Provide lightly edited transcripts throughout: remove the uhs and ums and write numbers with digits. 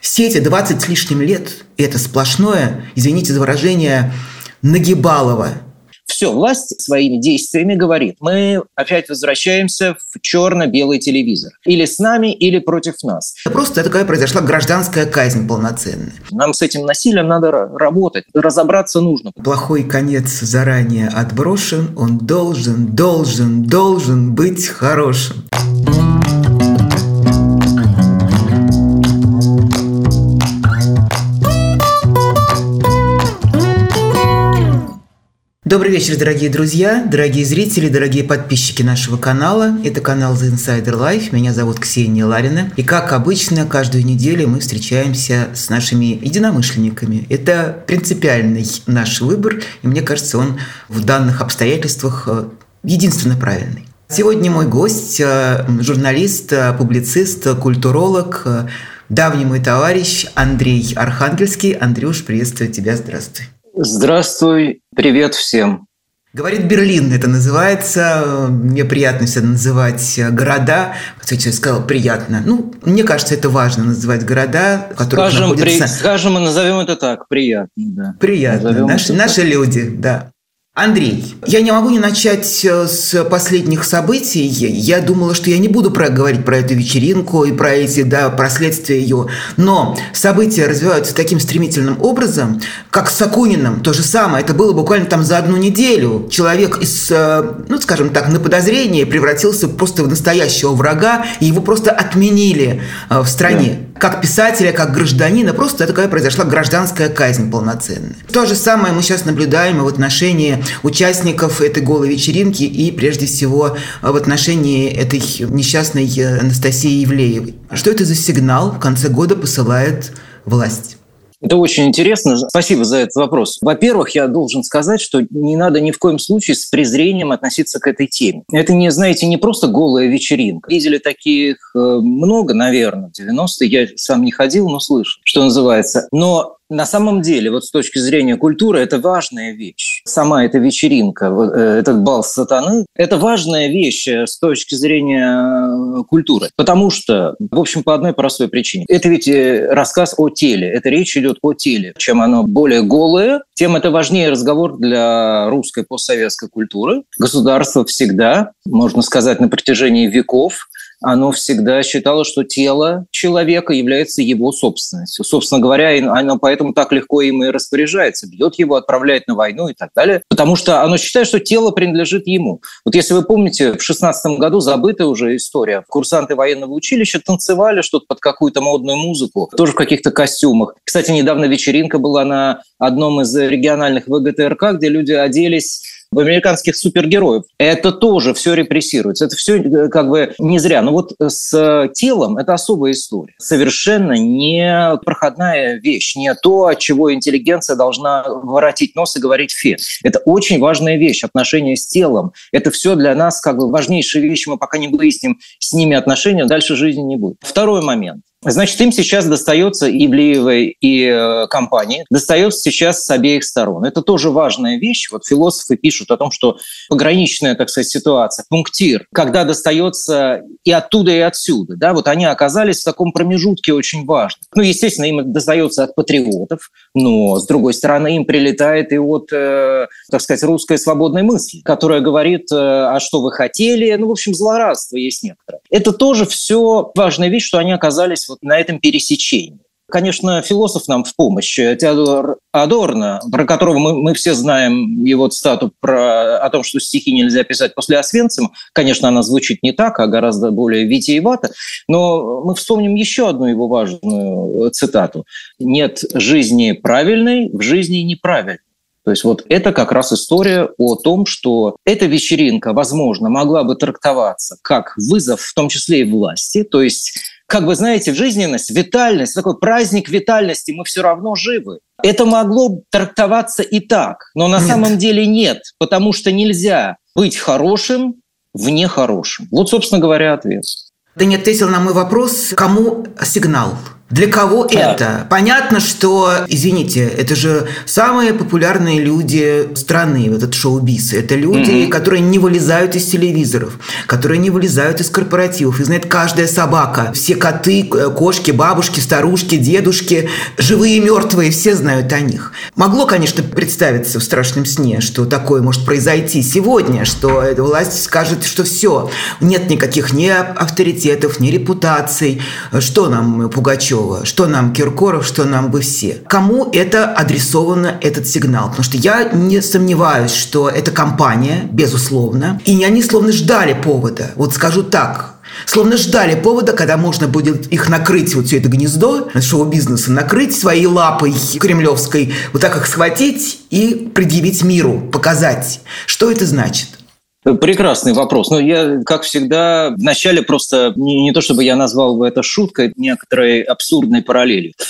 Все эти 20 с лишним лет – это сплошное, извините за выражение, нагибалово. Все, власть своими действиями говорит, мы опять возвращаемся в черно-белый телевизор. Или с нами, или против нас. Просто такая произошла гражданская казнь полноценная. Нам с этим насилием надо работать, разобраться нужно. Плохой конец заранее отброшен, он должен быть хорошим. Добрый вечер, дорогие друзья, дорогие зрители, дорогие подписчики нашего канала. Это канал The Insider Life. Меня зовут Ксения Ларина. И, как обычно, каждую неделю мы встречаемся с нашими единомышленниками. Это принципиальный наш выбор, и мне кажется, он в данных обстоятельствах единственно правильный. Сегодня мой гость – журналист, публицист, культуролог, давний мой товарищ Андрей Архангельский. Андрюш, приветствую тебя, здравствуй. Здравствуй, привет всем. Говорит Берлин, это называется. Мне приятно всегда называть города. Кстати, я сказал приятно. Мне кажется, это важно называть города, в которых находятся... Скажем, мы назовем это так, приятно. Да. Приятно, наши люди, да. Андрей, я не могу не начать с последних событий. Я думала, что я не буду говорить про эту вечеринку и про эти, последствия ее. Но события развиваются таким стремительным образом, как с Акуниным. То же самое. Это было буквально за одну неделю. Человек из, на подозрение превратился просто в настоящего врага, и его просто отменили в стране. Да. Как писателя, как гражданина, просто такая произошла гражданская казнь полноценная. То же самое мы сейчас наблюдаем и в отношении участников этой голой вечеринки и, прежде всего, в отношении этой несчастной Анастасии Ивлеевой. Что это за сигнал в конце года посылает власть? Это очень интересно. Спасибо за этот вопрос. Во-первых, я должен сказать, что не надо ни в коем случае с презрением относиться к этой теме. Это, не просто голая вечеринка. Видели таких много, наверное, в 90-е. Я сам не ходил, но слышал, что называется. Но на самом деле, с точки зрения культуры, это важная вещь. Сама эта вечеринка, этот бал сатаны, это важная вещь с точки зрения культуры. Потому что, в общем, по одной простой причине. Это ведь рассказ о теле, это речь идет о теле. Чем оно более голое, тем это важнее разговор для русской постсоветской культуры. Государство всегда, можно сказать, на протяжении веков, оно всегда считало, что тело человека является его собственностью. Собственно говоря, оно поэтому так легко им и распоряжается. Бьет его, отправляет на войну и так далее. Потому что оно считает, что тело принадлежит ему. Если вы помните, в 16 году забытая уже история. Курсанты военного училища танцевали что-то под какую-то модную музыку, тоже в каких-то костюмах. Кстати, недавно вечеринка была на одном из региональных ВГТРК, где люди оделись в американских супергероев. Это тоже все репрессируется. Это все не зря. Но с телом это особая история. Совершенно не проходная вещь. Не то, от чего интеллигенция должна воротить нос и говорить «фе». Это очень важная вещь. Отношения с телом. Это все для нас важнейшие вещи. Мы пока не выясним с ними отношения, дальше жизни не будет. Второй момент. Значит, им сейчас достается Ивлеевой и компании, достается сейчас с обеих сторон. Это тоже важная вещь. Философы пишут о том, что пограничная, ситуация, пунктир, когда достается и оттуда, и отсюда. Они оказались в таком промежутке очень важном. Естественно, им достается от патриотов, но, с другой стороны, им прилетает и от, русской свободной мысли, которая говорит, а что вы хотели? Злорадство есть некоторое. Это тоже все важная вещь, что они оказались на этом пересечении. Конечно, философ нам в помощь. Теодор Адорно, про которого мы все знаем его цитату о том, что стихи нельзя писать после Освенцима. Конечно, она звучит не так, а гораздо более витиевато. Но мы вспомним еще одну его важную цитату. «Нет жизни правильной, в жизни неправильной». То есть это как раз история о том, что эта вечеринка, возможно, могла бы трактоваться как вызов, в том числе и власти. То есть, жизненность, витальность, такой праздник витальности, мы все равно живы. Это могло трактоваться и так, но на самом деле нет, потому что нельзя быть хорошим в нехорошем. Собственно говоря, ответ. Ты не ответил на мой вопрос, кому сигнал? Для кого это? Понятно, что, извините, это же самые популярные люди страны, этот шоу-биз. Это люди, которые не вылезают из телевизоров, которые не вылезают из корпоративов. И знает каждая собака, все коты, кошки, бабушки, старушки, дедушки, живые и мертвые, все знают о них. Могло, конечно, представиться в страшном сне, что такое может произойти сегодня, что эта власть скажет, что все, нет никаких ни авторитетов, ни репутаций. Что нам Пугачева? Что нам Киркоров, что нам бы все. Кому это адресовано, этот сигнал? Потому что я не сомневаюсь, что эта кампания, безусловно, и они словно ждали повода. Вот скажу так. Словно ждали повода, когда можно будет их накрыть, вот все это гнездо шоу-бизнеса, накрыть своей лапой кремлевской, вот так их схватить и предъявить миру, показать. Что это значит? Прекрасный вопрос. Но я, как всегда, вначале просто не то, чтобы я назвал бы это шуткой, некоторой абсурдной параллелью. В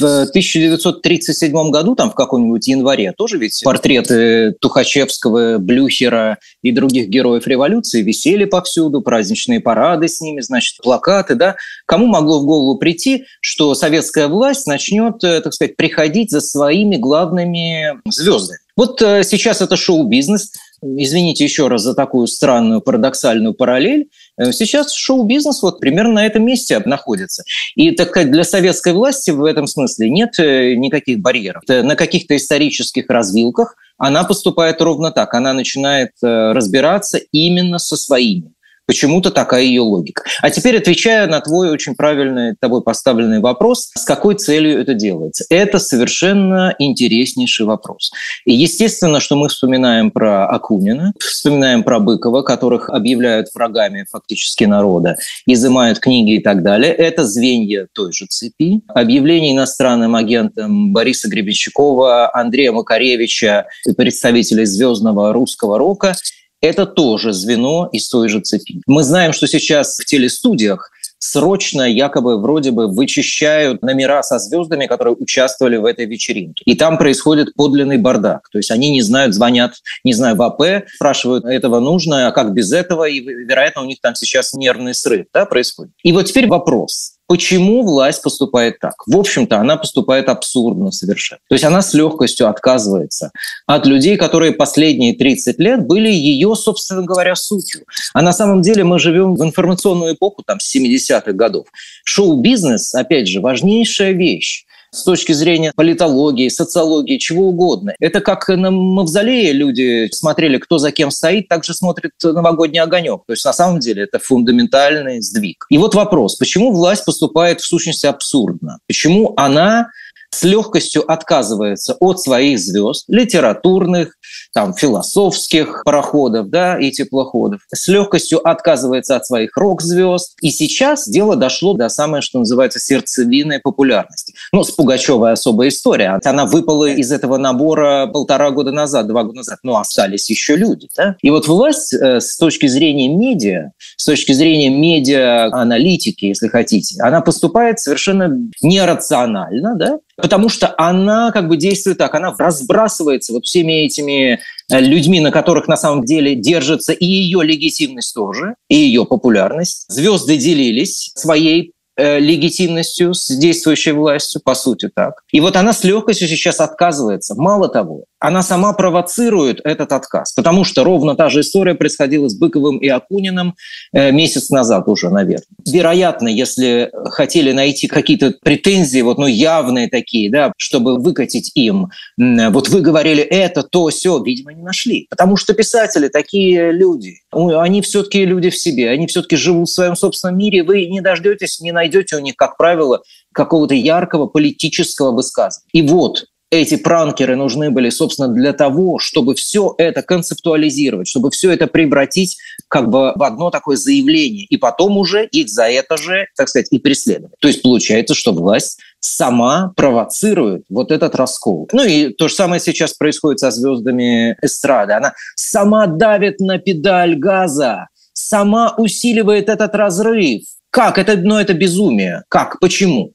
1937 году, там в каком-нибудь январе, тоже ведь портреты Тухачевского, Блюхера и других героев революции висели повсюду, праздничные парады с ними, значит, плакаты, да. Кому могло в голову прийти, что советская власть начнет, так сказать, приходить за своими главными звездами? Вот сейчас это шоу-бизнес. Извините еще раз за такую странную парадоксальную параллель. Сейчас шоу-бизнес вот примерно на этом месте находится. И, так сказать, для советской власти в этом смысле нет никаких барьеров. На каких-то исторических развилках она поступает ровно так. Она начинает разбираться именно со своими. Почему-то такая ее логика. А теперь, отвечая на твой очень правильный, тобой поставленный вопрос, с какой целью это делается? Это совершенно интереснейший вопрос. И естественно, что мы вспоминаем про Акунина, вспоминаем про Быкова, которых объявляют врагами фактически народа, изымают книги и так далее. Это звенья той же цепи. Объявление иностранным агентом Бориса Гребенщикова, Андрея Макаревича, представителей звездного русского рока – это тоже звено из той же цепи. Мы знаем, что сейчас в телестудиях срочно якобы вроде бы вычищают номера со звездами, которые участвовали в этой вечеринке. И там происходит подлинный бардак. То есть они не знают, звонят, не знаю, в АП, спрашивают, этого нужно, а как без этого? И, вероятно, у них там сейчас нервный срыв, да, происходит. И вот теперь вопрос. Почему власть поступает так? В общем-то, она поступает абсурдно совершенно. То есть она с легкостью отказывается от людей, которые последние 30 лет были ее, собственно говоря, сутью. А на самом деле мы живем в информационную эпоху там, 70-х годов. Шоу-бизнес, опять же, важнейшая вещь. С точки зрения политологии, социологии, чего угодно. Это как на мавзолее люди смотрели, кто за кем стоит, так же смотрит новогодний огонек. То есть на самом деле это фундаментальный сдвиг. И вот вопрос, почему власть поступает в сущности абсурдно? Почему она с легкостью отказывается от своих звезд, литературных, там, философских пароходов, да, и теплоходов, с легкостью отказывается от своих рок-звезд. И сейчас дело дошло до самой, что называется, сердцевины популярности. Ну, с Пугачевой особая история. Она выпала из этого набора 1,5 года назад, 2 года назад. Но остались еще люди, да? И вот власть с точки зрения медиа, с точки зрения медиа-аналитики, если хотите, она поступает совершенно нерационально, да? Потому что она как бы действует так, она разбрасывается вот всеми этими людьми, на которых на самом деле держится и ее легитимность тоже, и ее популярность. Звезды делились своей легитимностью с действующей властью, по сути так. И вот она с легкостью сейчас отказывается. Мало того, она сама провоцирует этот отказ, потому что ровно та же история происходила с Быковым и Акуниным месяц назад уже, наверное. Вероятно, если хотели найти какие-то претензии, вот, ну, явные такие, да, чтобы выкатить им, вот вы говорили это, то, сё, видимо, не нашли. Потому что писатели такие люди. Они все-таки люди в себе, они все-таки живут в своем собственном мире. Вы не дождетесь, не найдете у них, как правило, какого-то яркого политического высказывания. И вот эти пранкеры нужны были, собственно, для того, чтобы все это концептуализировать, чтобы все это превратить как бы в одно такое заявление, и потом уже их за это же, так сказать, и преследовать. То есть получается, что власть сама провоцирует вот этот раскол. Ну и то же самое сейчас происходит со звездами эстрады. Она сама давит на педаль газа, сама усиливает этот разрыв. Как? Это безумие. Как? Почему?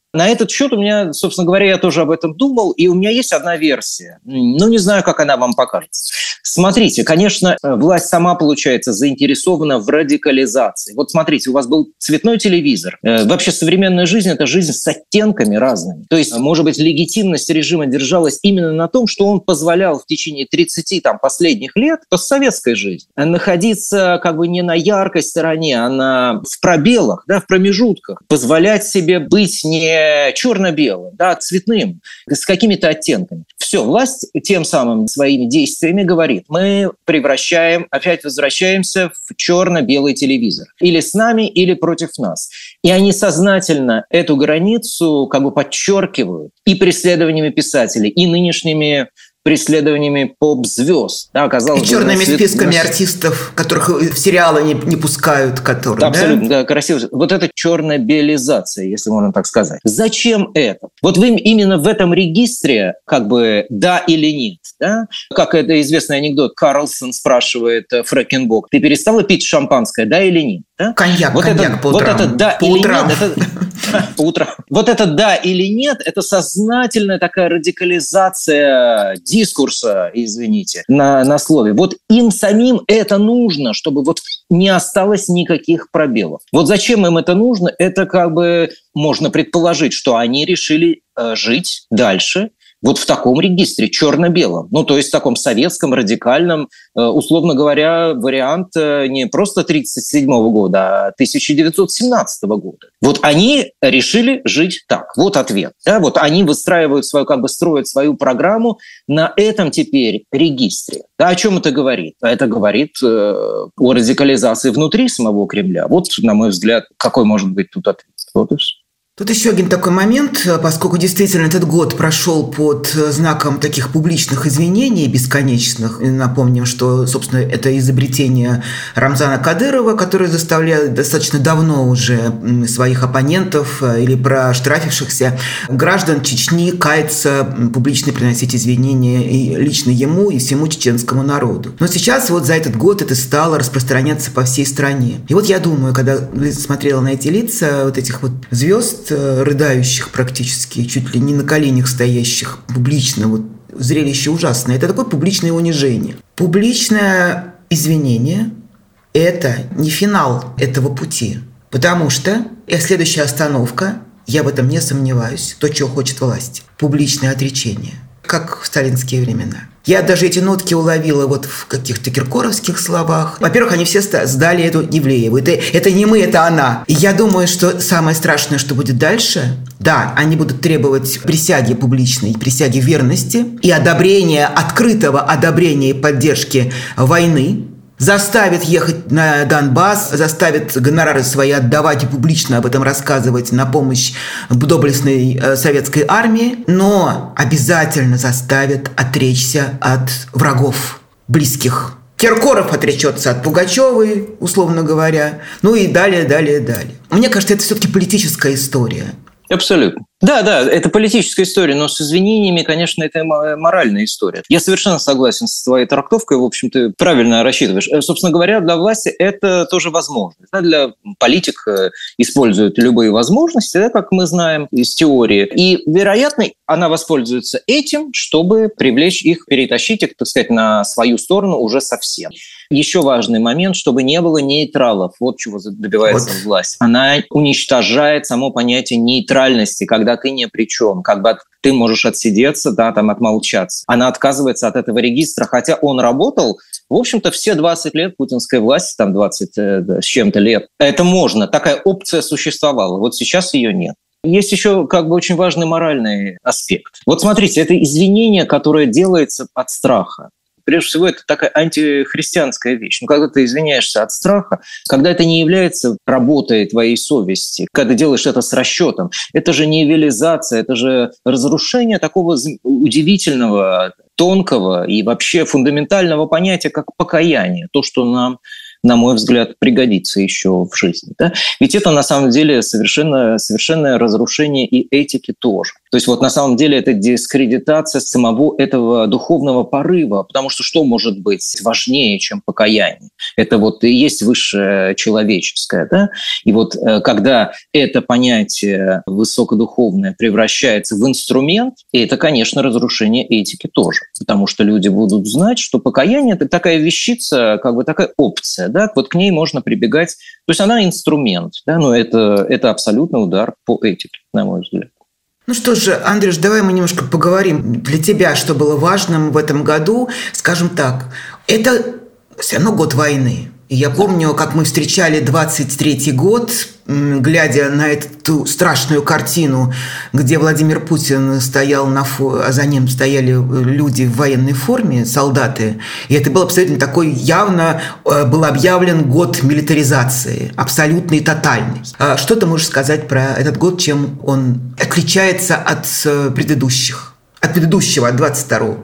На этот счет у меня, собственно говоря, я тоже об этом думал, и у меня есть одна версия. Ну, не знаю, как она вам покажется. Смотрите, конечно, власть сама, получается, заинтересована в радикализации. Вот смотрите, у вас был цветной телевизор. Вообще современная жизнь – это жизнь с оттенками разными. То есть, может быть, легитимность режима держалась именно на том, что он позволял в течение 30 последних лет постсоветской жизни находиться как бы не на яркой стороне, а в пробелах, да, в промежутках, позволять себе быть не черно-белым, да, цветным, с какими-то оттенками. Все, власть тем самым своими действиями говорит, мы опять возвращаемся в черно-белый телевизор. Или с нами, или против нас. И они сознательно эту границу как бы подчеркивают и преследованиями писателей, и нынешними преследованиями поп-звезд. Да, и черными списками артистов, которых в сериалы не пускают. Которые, абсолютно, да, красиво. Вот это черно-белизация, если можно так сказать. Зачем это? Вот вы именно в этом регистре как бы да или нет. Да? Как это известный анекдот, Карлсон спрашивает Фрэкенбок, ты перестала пить шампанское, да или нет? Да? Коньяк по утрам. Вот это да или нет, по утрам. Вот это да или нет, это сознательная такая радикализация дискурса, извините, на слове. Вот им самим это нужно, чтобы вот не осталось никаких пробелов. Вот зачем им это нужно? Это как бы можно предположить, что они решили жить дальше вот в таком регистре, черно-белом. Ну, то есть в таком советском, радикальном, условно говоря, вариант не просто 1937 года, а 1917 года. Вот они решили жить так. Вот ответ. Да? Вот они выстраивают строят свою программу на этом теперь регистре. Да, о чем это говорит? Это говорит о радикализации внутри самого Кремля. Вот, на мой взгляд, какой может быть тут ответ? Вот и все. Тут еще один такой момент, поскольку действительно этот год прошел под знаком таких публичных извинений бесконечных. И напомним, что, собственно, это изобретение Рамзана Кадырова, который заставляет достаточно давно уже своих оппонентов или проштрафившихся граждан Чечни каяться, публично приносить извинения и лично ему, и всему чеченскому народу. Но сейчас вот за этот год это стало распространяться по всей стране. И вот я думаю, когда смотрела на эти лица вот этих вот звезд, рыдающих практически, чуть ли не на коленях стоящих публично, вот зрелище ужасное. Это такое публичное унижение. Публичное извинение – это не финал этого пути, потому что следующая остановка, я в этом не сомневаюсь, то, чего хочет власть – публичное отречение, как в сталинские времена. Я даже эти нотки уловила вот в каких-то киркоровских словах. Во-первых, они все сдали эту Ивлееву. Это не мы, это она. И я думаю, что самое страшное, что будет дальше, да, они будут требовать присяги публичной, присяги верности и открытого одобрения и поддержки войны, заставит ехать на Донбасс, заставит гонорары свои отдавать и публично об этом рассказывать на помощь доблестной советской армии, но обязательно заставит отречься от врагов близких. Киркоров отречется от Пугачевой, условно говоря, ну и далее. Мне кажется, это все-таки политическая история. Абсолютно. Да, это политическая история, но с извинениями, конечно, это моральная история. Я совершенно согласен с твоей трактовкой, в общем, ты правильно рассчитываешь. Собственно говоря, для власти это тоже возможность. Для политик используют любые возможности, да, как мы знаем из теории. И, вероятно, она воспользуется этим, чтобы привлечь их, перетащить их, так сказать, на свою сторону уже совсем. Еще важный момент, чтобы не было нейтралов. Вот чего добивается власть. Она уничтожает само понятие нейтральности, когда ты ни при чем, как бы ты можешь отсидеться, да, там, отмолчаться. Она отказывается от этого регистра, хотя он работал, в общем-то, все 20 лет путинской власти, там 20 с чем-то лет. Это можно, такая опция существовала, вот сейчас ее нет. Есть еще как бы очень важный моральный аспект. Вот смотрите, это извинение, которое делается от страха. Прежде всего, это такая антихристианская вещь. Но когда ты извиняешься от страха, когда это не является работой твоей совести, когда ты делаешь это с расчетом, это же не нивелизация, это же разрушение такого удивительного, тонкого и вообще фундаментального понятия, как покаяние. То, что нам, на мой взгляд, пригодится еще в жизни. Да? Ведь это на самом деле совершенное разрушение и этики тоже. То есть вот на самом деле это дискредитация самого этого духовного порыва, потому что что может быть важнее, чем покаяние? Это вот и есть высшее человеческое, да? И вот когда это понятие высокодуховное превращается в инструмент, это, конечно, разрушение этики тоже, потому что люди будут знать, что покаяние – это такая вещица, как бы такая опция, да? Вот к ней можно прибегать, то есть она инструмент, да? Но это абсолютно удар по этике, на мой взгляд. Ну что же, Андрюш, давай мы немножко поговорим. Для тебя, что было важным в этом году, скажем так, это все равно год войны. И я помню, как мы встречали 23-й год, глядя на эту страшную картину, где Владимир Путин стоял а за ним стояли люди в военной форме, солдаты. И это был абсолютно такой, явно был объявлен год милитаризации, абсолютный и тотальный. Что ты можешь сказать про этот год, чем он отличается от предыдущего, от 22-го?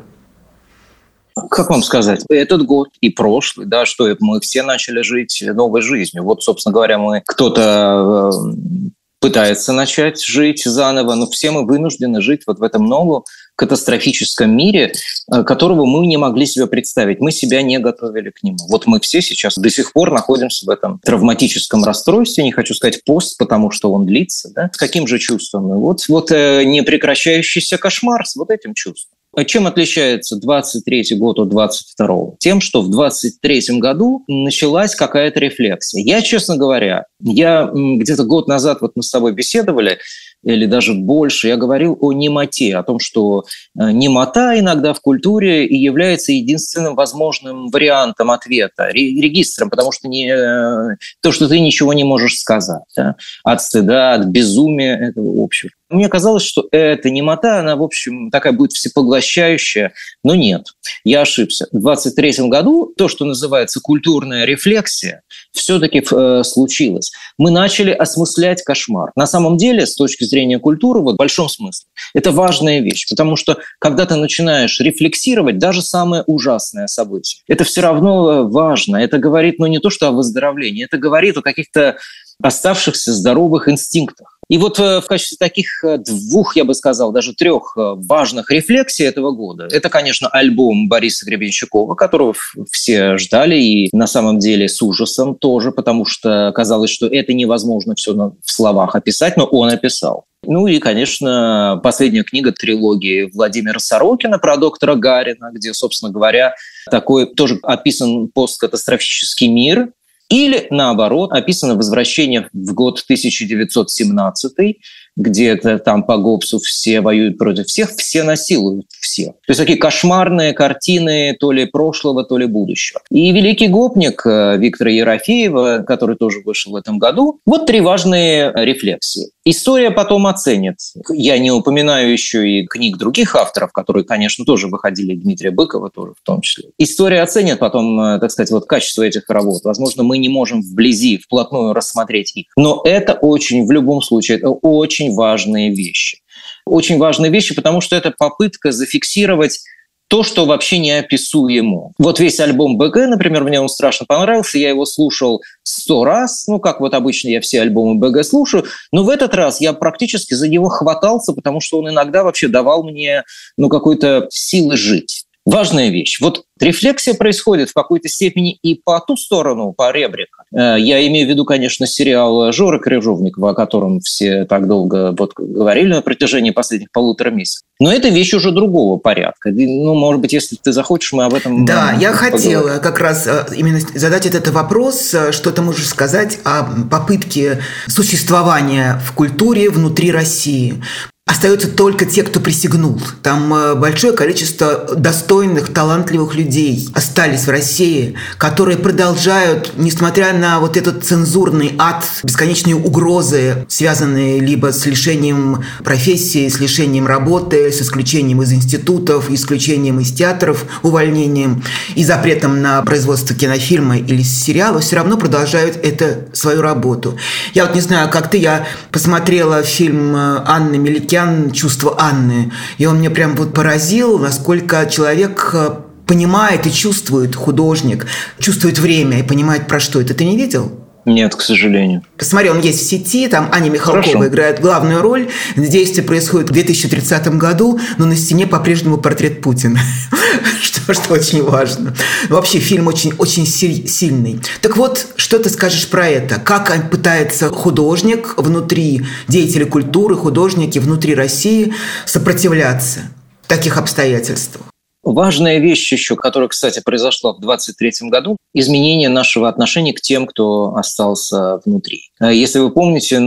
Как вам сказать, этот год и прошлый, да, что мы все начали жить новой жизнью. Вот, собственно говоря, кто-то пытается начать жить заново, но все мы вынуждены жить вот в этом новом катастрофическом мире, которого мы не могли себе представить. Мы себя не готовили к нему. Вот мы все сейчас до сих пор находимся в этом травматическом расстройстве, не хочу сказать пост, потому что он длится. Да? С каким же чувством? Вот непрекращающийся кошмар с вот этим чувством. Чем отличается 23-й год от 22-го? Тем, что в 23-м году началась какая-то рефлексия. Я, честно говоря, где-то год назад вот мы с тобой беседовали, или даже больше, я говорил о немоте, о том, что немота иногда в культуре и является единственным возможным вариантом ответа, регистром, потому что то, что ты ничего не можешь сказать, да, от стыда, от безумия этого общего. Мне казалось, что эта немота, она, в общем, такая будет всепоглощающая, но нет, я ошибся. В 23-м году то, что называется культурная рефлексия, все-таки случилось. Мы начали осмыслять кошмар. На самом деле, с точки зрения культуры, в большом смысле, это важная вещь, потому что когда ты начинаешь рефлексировать даже самое ужасное событие, это все равно важно. Это говорит, не то что о выздоровлении, это говорит о каких-то оставшихся здоровых инстинктах. И вот в качестве таких двух, я бы сказал, даже трех важных рефлексий этого года, это, конечно, альбом Бориса Гребенщикова, которого все ждали, и на самом деле с ужасом тоже, потому что казалось, что это невозможно все в словах описать, но он описал. Ну и, конечно, последняя книга трилогии Владимира Сорокина про доктора Гарина, где, собственно говоря, такой тоже описан посткатастрофический мир. Или, наоборот, описано возвращение в год 1917, где там по Гоббсу все воюют против всех, все насилуют всех. То есть такие кошмарные картины то ли прошлого, то ли будущего. И великий гопник Виктора Ерофеева, который тоже вышел в этом году, вот три важные рефлексии. История потом оценит. Я не упоминаю еще и книг других авторов, которые, конечно, тоже выходили, Дмитрия Быкова тоже в том числе. История оценит потом, так сказать, вот качество этих работ. Возможно, мы не можем вблизи, вплотную рассмотреть их. Но это в любом случае, это очень важные вещи. Очень важные вещи, потому что это попытка зафиксировать то, что вообще неописуемо. Вот весь альбом БГ, например, мне он страшно понравился, я его слушал 100 раз, как вот обычно я все альбомы БГ слушаю, но в этот раз я практически за него хватался, потому что он иногда вообще давал мне какой-то силы жить. Важная вещь. Вот рефлексия происходит в какой-то степени и по ту сторону, по ребрика. Я имею в виду, конечно, сериал Жоры Крыжовникова, о котором все так долго говорили на протяжении последних 1,5 месяца. Но это вещь уже другого порядка. Может быть, если ты захочешь, мы об этом Да, я поговорим. хотела как раз именно задать этот вопрос. Что ты можешь сказать о попытке существования в культуре внутри России? Остаются только те, кто присягнул. Там большое количество достойных, талантливых людей остались в России, которые продолжают, несмотря на вот этот цензурный ад, бесконечные угрозы, связанные либо с лишением профессии, с лишением работы, с исключением из институтов, исключением из театров, увольнением и запретом на производство кинофильма или сериала, все равно продолжают свою работу. Я вот не знаю, как ты, я посмотрела фильм Анны Меликян «Чувство Анны», и он меня прям поразил, насколько человек понимает и чувствует, художник, чувствует время и понимает, про что это. Ты не видел? Нет, к сожалению. Посмотри, он есть в сети, там Аня Михалкова Хорошо. играет главную роль. Действие происходит в 2030 году, но на стене по-прежнему портрет Путина, что очень важно. Вообще фильм очень сильный. Так вот, что ты скажешь про это? Как пытается художник внутри, деятели культуры, художники внутри России сопротивляться в таких обстоятельствах? Важная вещь еще, которая, кстати, произошла в 2023 году, изменение нашего отношения к тем, кто остался внутри. Если вы помните,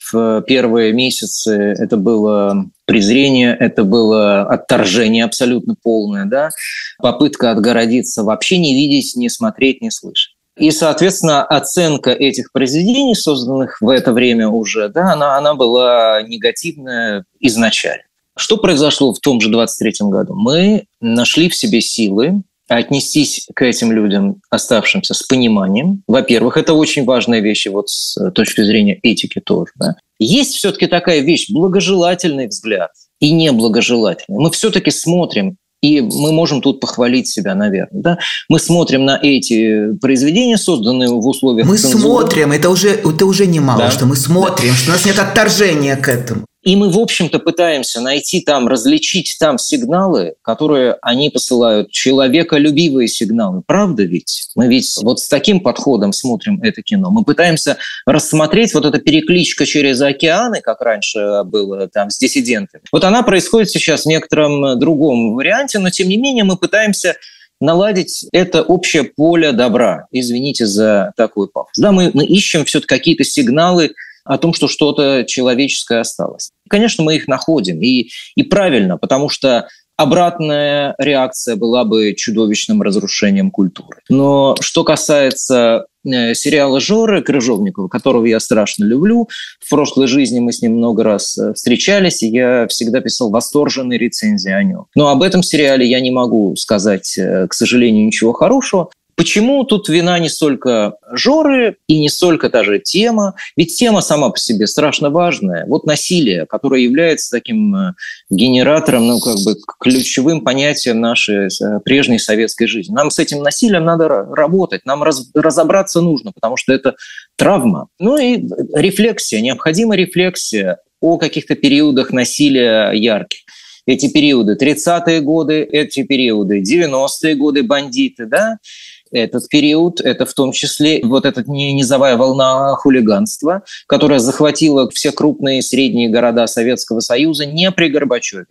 в первые месяцы это было презрение, это было отторжение абсолютно полное, да? Попытка отгородиться, вообще не видеть, не смотреть, не слышать. И, соответственно, оценка этих произведений, созданных в это время уже, да, она была негативная изначально. Что произошло в том же 23-м году? Мы нашли в себе силы отнестись к этим людям, оставшимся, с пониманием. Во-первых, это очень важная вещь, и вот с точки зрения этики тоже. Да. Есть все-таки такая вещь, благожелательный взгляд и неблагожелательный. Мы все-таки смотрим, и мы можем тут похвалить себя, наверное. Да? Мы смотрим на эти произведения, созданные в условиях цензуры. Мы смотрим, это уже немало, да. Что мы смотрим, что у нас нет отторжения к этому. И мы, в общем-то, пытаемся найти там, различить там сигналы, которые они посылают, человеколюбивые сигналы. Правда ведь? Мы ведь вот с таким подходом смотрим это кино. Мы пытаемся рассмотреть вот эта перекличка через океаны, как раньше было там с диссидентами. Вот она происходит сейчас в некотором другом варианте, но тем не менее мы пытаемся наладить это общее поле добра. Извините за такой пафос. Да, мы ищем все-таки какие-то сигналы о том, что что-то человеческое осталось. Конечно, мы их находим, и правильно, потому что обратная реакция была бы чудовищным разрушением культуры. Но что касается сериала Жоры Крыжовникова, которого я страшно люблю, в прошлой жизни мы с ним много раз встречались, и я всегда писал восторженные рецензии о нем. Но об этом сериале я не могу сказать, к сожалению, ничего хорошего. Почему тут вина не столько Жоры и не столько даже тема? Ведь тема сама по себе страшно важная. Вот насилие, которое является таким генератором, ключевым понятием нашей прежней советской жизни. Нам с этим насилием надо работать, нам разобраться нужно, потому что это травма. Ну и рефлексия, необходима рефлексия о каких-то периодах насилия ярких. Эти периоды 30-е годы, эти периоды 90-е годы, бандиты, да? Этот период, это в том числе вот эта низовая волна хулиганства, которая захватила все крупные и средние города Советского Союза не при Горбачеве.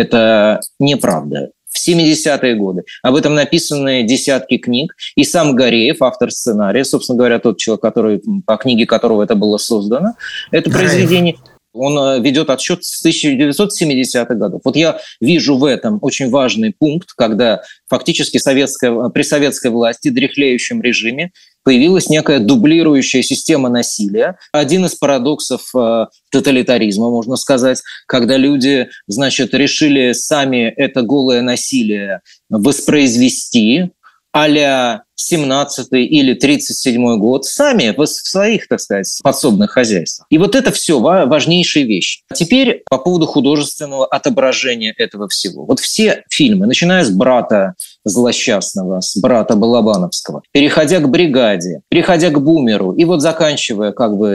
Это неправда. В 70-е годы. Об этом написаны десятки книг. И сам Гореев, автор сценария, собственно говоря, тот человек, по книге которого это было создано, это произведение... Он ведет отсчет с 1970-х годов. Вот я вижу в этом очень важный пункт, когда фактически при советской власти, дряхлеющем режиме, появилась некая дублирующая система насилия. Один из парадоксов тоталитаризма, можно сказать, когда люди, решили сами это голое насилие воспроизвести, а-ля 17-й или 37-й год сами в своих, подсобных хозяйствах. И вот это все важнейшие вещи. А теперь по поводу художественного отображения этого всего. Вот все фильмы, начиная с «Брата» злосчастного, с «Брата» Балабановского, переходя к «Бригаде», переходя к «Бумеру», и вот заканчивая,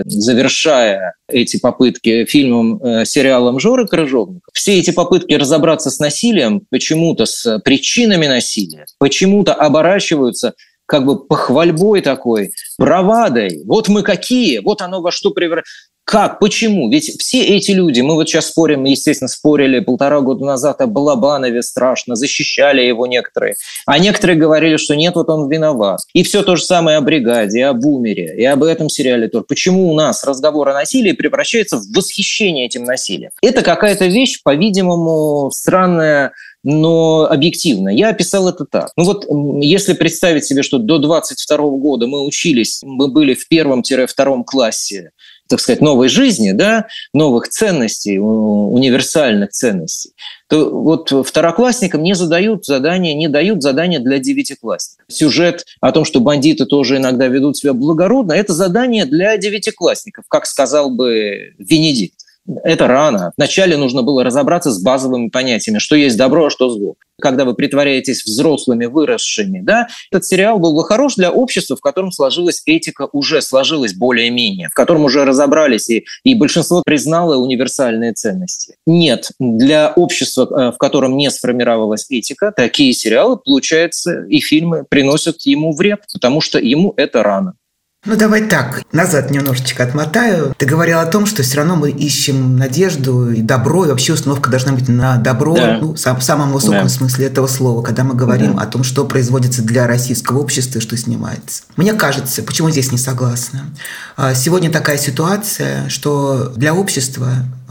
завершая эти попытки сериалом Жоры Крыжовникова, все эти попытки разобраться с насилием, почему-то с причинами насилия, почему-то оборачиваются похвальбой такой, бравадой. Вот мы какие, вот оно во что превращается. Как? Почему? Ведь все эти люди, мы вот сейчас спорим, естественно, спорили 1,5 года назад о Балабанове страшно, защищали его некоторые. А некоторые говорили, что нет, вот он виноват. И все то же самое о «Бригаде», и о «Бумере», и об этом сериале тоже. Почему у нас разговор о насилии превращается в восхищение этим насилием? Это какая-то вещь, по-видимому, странная, но объективно. Я описал это так. Если представить себе, что до 22 года мы учились, мы были в 1-2 классе, новой жизни, да, новых ценностей, универсальных ценностей, то вот второклассникам не дают задания для девятиклассников. Сюжет о том, что бандиты тоже иногда ведут себя благородно, это задание для девятиклассников, как сказал бы Венедикт. Это рано. Вначале нужно было разобраться с базовыми понятиями, что есть добро, а что зло. Когда вы притворяетесь взрослыми, выросшими, да, этот сериал был бы хорош для общества, в котором сложилась этика, уже сложилась более-менее, в котором уже разобрались, и большинство признало универсальные ценности. Нет, для общества, в котором не сформировалась этика, такие сериалы, получается, и фильмы приносят ему вред, потому что ему это рано. Ну, давай так, назад немножечко отмотаю. Ты говорил о том, что все равно мы ищем надежду и добро, и вообще установка должна быть на добро, да. в самом высоком смысле этого слова, когда мы говорим о том, что производится для российского общества и что снимается. Мне кажется, почему здесь не согласна? Сегодня такая ситуация, что для общества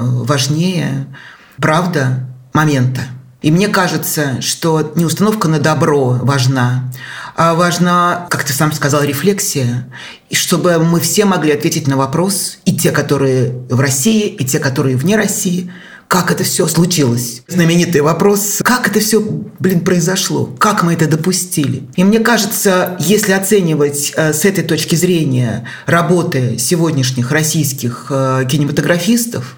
важнее правда момента. И мне кажется, что не установка на добро важна, а важна, как ты сам сказал, рефлексия, и чтобы мы все могли ответить на вопрос, и те, которые в России, и те, которые вне России, как это все случилось. Знаменитый вопрос, как это все, произошло, как мы это допустили. И мне кажется, если оценивать с этой точки зрения работы сегодняшних российских кинематографистов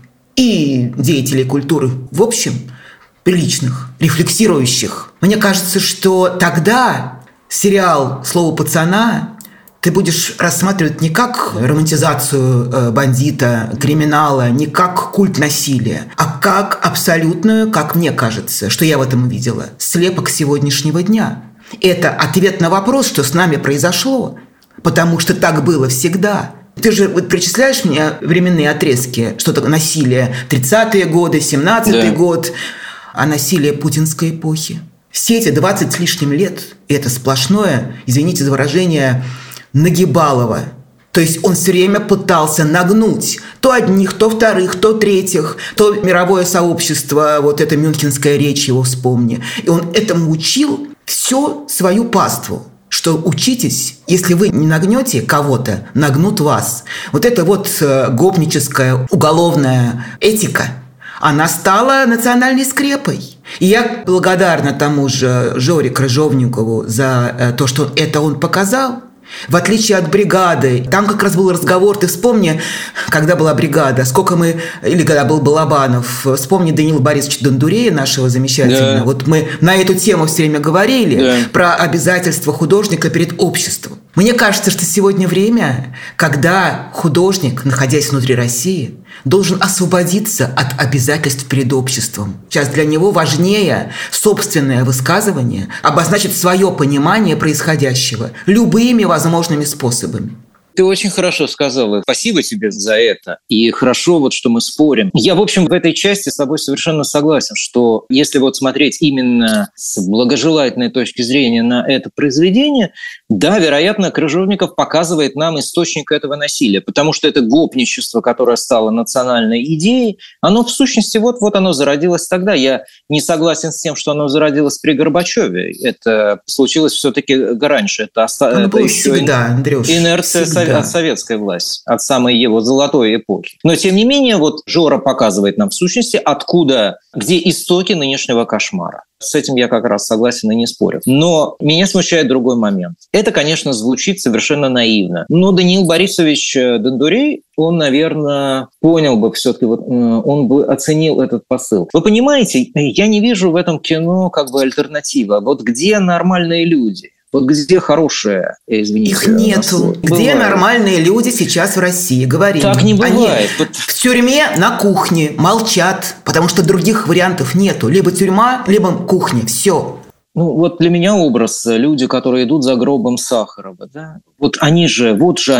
и деятелей культуры в общем, приличных, рефлексирующих. Мне кажется, что тогда сериал «Слово пацана» ты будешь рассматривать не как романтизацию бандита, криминала, не как культ насилия, а как абсолютную, как мне кажется, что я в этом увидела, слепок сегодняшнего дня. Это ответ на вопрос, что с нами произошло, потому что так было всегда. Ты же причисляешь мне временные отрезки, что такое насилие 30-е годы, 17-й год, а насилие путинской эпохи. Все эти 20 с лишним лет – это сплошное, извините за выражение, нагибалово. То есть он все время пытался нагнуть то одних, то вторых, то третьих, то мировое сообщество, вот эта мюнхенская речь его вспомни. И он этому учил всю свою паству. Что учитесь, если вы не нагнете кого-то, нагнут вас. Вот эта вот гопническая уголовная этика, она стала национальной скрепой. И я благодарна тому же Жоре Крыжовникову за то, что это он показал. В отличие от «Бригады», там как раз был разговор, ты вспомни, когда была «Бригада», или когда был Балабанов, вспомни Даниила Борисовича Дондурея, нашего замечательного. Да. Вот мы на эту тему все время говорили, про обязательства художника перед обществом. Мне кажется, что сегодня время, когда художник, находясь внутри России, должен освободиться от обязательств перед обществом. Сейчас для него важнее собственное высказывание, обозначить свое понимание происходящего любыми возможными способами. Ты очень хорошо сказала. Спасибо тебе за это. И хорошо, вот, что мы спорим. Я, в общем, в этой части с тобой совершенно согласен, что если вот смотреть именно с благожелательной точки зрения на это произведение, да, вероятно, Крыжовников показывает нам источник этого насилия, потому что это гопничество, которое стало национальной идеей, оно в сущности вот оно зародилось тогда. Я не согласен с тем, что оно зародилось при Горбачеве. Это случилось все-таки раньше. Это было всегда, Андрюш. Инерция от советской власти, от самой его золотой эпохи. Но, тем не менее, вот Жора показывает нам в сущности, где истоки нынешнего кошмара. С этим я как раз согласен и не спорю. Но меня смущает другой момент. Это, конечно, звучит совершенно наивно. Но Даниил Борисович Дондурей, он, наверное, понял бы все-таки, он бы оценил этот посыл. Вы понимаете, я не вижу в этом кино как бы альтернативы. Вот где нормальные люди? Вот где хорошие, извините. Их нету. Где нормальные люди сейчас в России? Говорим. Так не бывает. Они в тюрьме на кухне молчат, потому что других вариантов нету. Либо тюрьма, либо кухня. Все. Ну, вот для меня образ люди, которые идут за гробом Сахарова, да? Вот они же,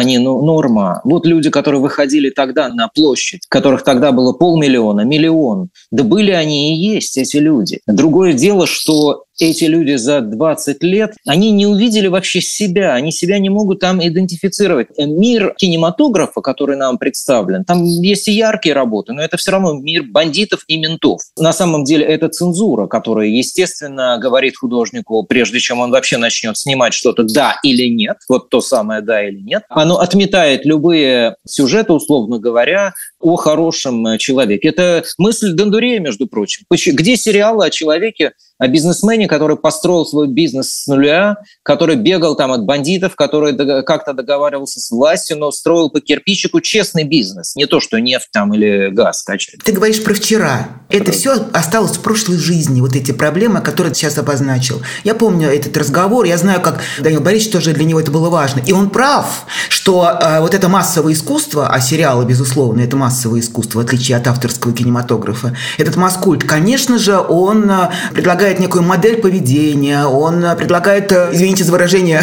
норма. Вот люди, которые выходили тогда на площадь, которых тогда было 500 000, 1 миллион. Да были они и есть, эти люди. Другое дело, что эти люди за 20 лет, они не увидели вообще себя, они себя не могут там идентифицировать. Мир кинематографа, который нам представлен, там есть и яркие работы, но это все равно мир бандитов и ментов. На самом деле это цензура, которая, естественно, говорит художнику, прежде чем он вообще начнет снимать что-то «да» или «нет», вот то самое «да» или «нет», оно отметает любые сюжеты, условно говоря, о хорошем человеке. Это мысль Дондурея, между прочим. Где сериалы о человеке, о бизнесмене, который построил свой бизнес с нуля, который бегал там от бандитов, который как-то договаривался с властью, но строил по кирпичику честный бизнес. Не то, что нефть там или газ качает. Ты говоришь про вчера. Это все осталось в прошлой жизни, вот эти проблемы, которые ты сейчас обозначил. Я помню этот разговор, я знаю, как Даниил Борисович тоже для него это было важно. И он прав, что вот это массовое искусство, а сериалы, безусловно, это массовое искусство, в отличие от авторского кинематографа, этот масс-культ, конечно же, он предлагает некую модель поведения, он предлагает, извините за выражение,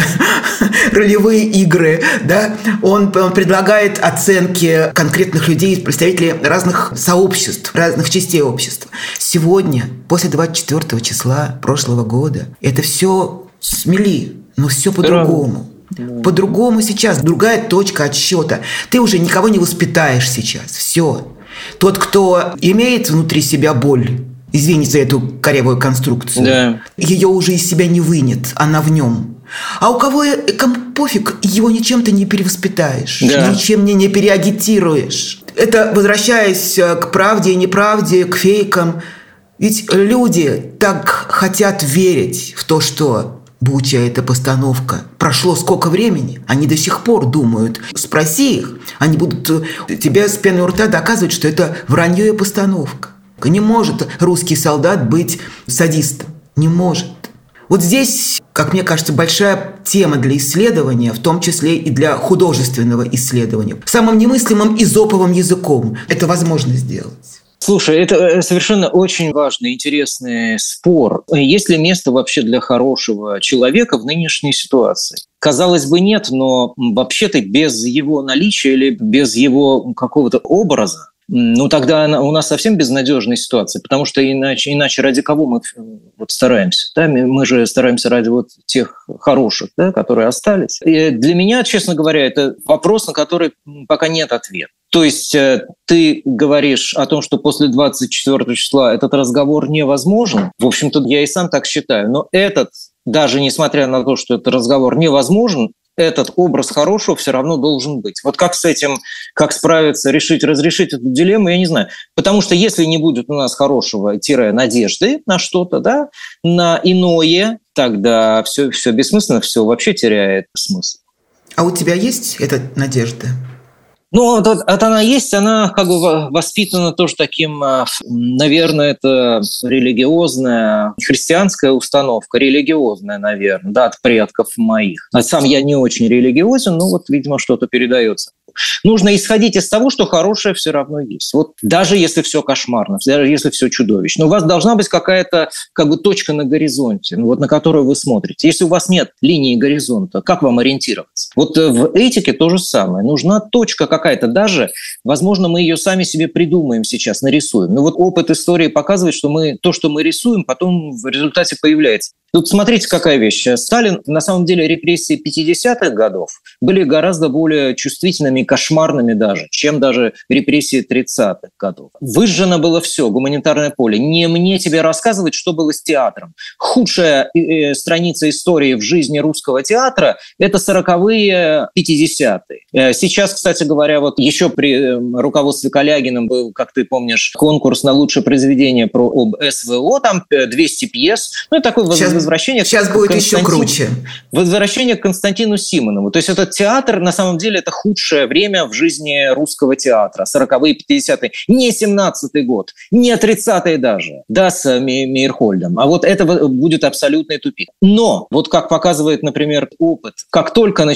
ролевые игры, да? Он предлагает оценки конкретных людей, представителей разных сообществ, разных частей общества. Сегодня, после 24 числа прошлого года, это все смели, но все по-другому. По-другому сейчас, другая точка отсчета. Ты уже никого не воспитаешь сейчас. Все. Тот, кто имеет внутри себя боль, извините за эту корявую конструкцию, да, ее уже из себя не вынет, она в нем. А у кому пофиг, его ничем ты не перевоспитаешь, да, ничем не переагитируешь. Это, возвращаясь к правде и неправде, к фейкам, ведь люди так хотят верить в то, что Буча – это постановка. Прошло сколько времени, они до сих пор думают. Спроси их, они будут тебе с пеной у рта доказывать, что это вранье и постановка. Не может русский солдат быть садистом. Не может. Вот здесь, как мне кажется, большая тема для исследования, в том числе и для художественного исследования. Самым немыслимым эзоповым языком это возможно сделать. Слушай, это совершенно очень важный, интересный спор. Есть ли место вообще для хорошего человека в нынешней ситуации? Казалось бы, нет, но вообще-то без его наличия или без его какого-то образа, тогда у нас совсем безнадежная ситуация, потому что иначе ради кого мы вот стараемся? Да? Мы же стараемся ради вот тех хороших, да, которые остались. И для меня, честно говоря, это вопрос, на который пока нет ответа. То есть ты говоришь о том, что после 24 числа этот разговор невозможен. В общем-то, я и сам так считаю. Но даже несмотря на то, что этот разговор невозможен, этот образ хорошего все равно должен быть. Вот как с этим, как справиться, разрешить эту дилемму, я не знаю. Потому что если не будет у нас хорошего-надежды на что-то, да, на иное, тогда все бессмысленно, все вообще теряет смысл. А у тебя есть эта надежда? Вот она есть, она как бы воспитана тоже таким, наверное, это религиозная, христианская установка, религиозная, наверное, да, от предков моих. А сам я не очень религиозен, но вот, видимо, что-то передается. Нужно исходить из того, что хорошее все равно есть. Вот даже если все кошмарно, даже если все чудовищно, у вас должна быть какая-то как бы точка на горизонте, на которую вы смотрите. Если у вас нет линии горизонта, как вам ориентироваться? Вот в этике то же самое. Нужна точка какая-то, даже, возможно, мы ее сами себе придумаем сейчас, нарисуем. Но вот опыт истории показывает, что то, что мы рисуем, потом в результате появляется. Тут смотрите, какая вещь. Сталин, на самом деле, репрессии 50-х годов были гораздо более чувствительными и кошмарными даже, чем даже репрессии 30-х годов. Выжжено было все, гуманитарное поле. Не мне тебе рассказывать, что было с театром. Худшая страница истории в жизни русского театра – это 40-е, 50-е. Сейчас, кстати говоря, вот еще при руководстве Калягиным был, как ты помнишь, конкурс на лучшее произведение об СВО, там 200 пьес. Такой возвращение. Сейчас будет еще круче. Возвращение к Константину Симонову. То есть этот театр, на самом деле, это худшее время в жизни русского театра. 40-е, 50-е. Не 17-й год, не 30-е даже. Да, с Мейерхольдом. А вот это будет абсолютный тупик. Но, вот как показывает, например, опыт, как только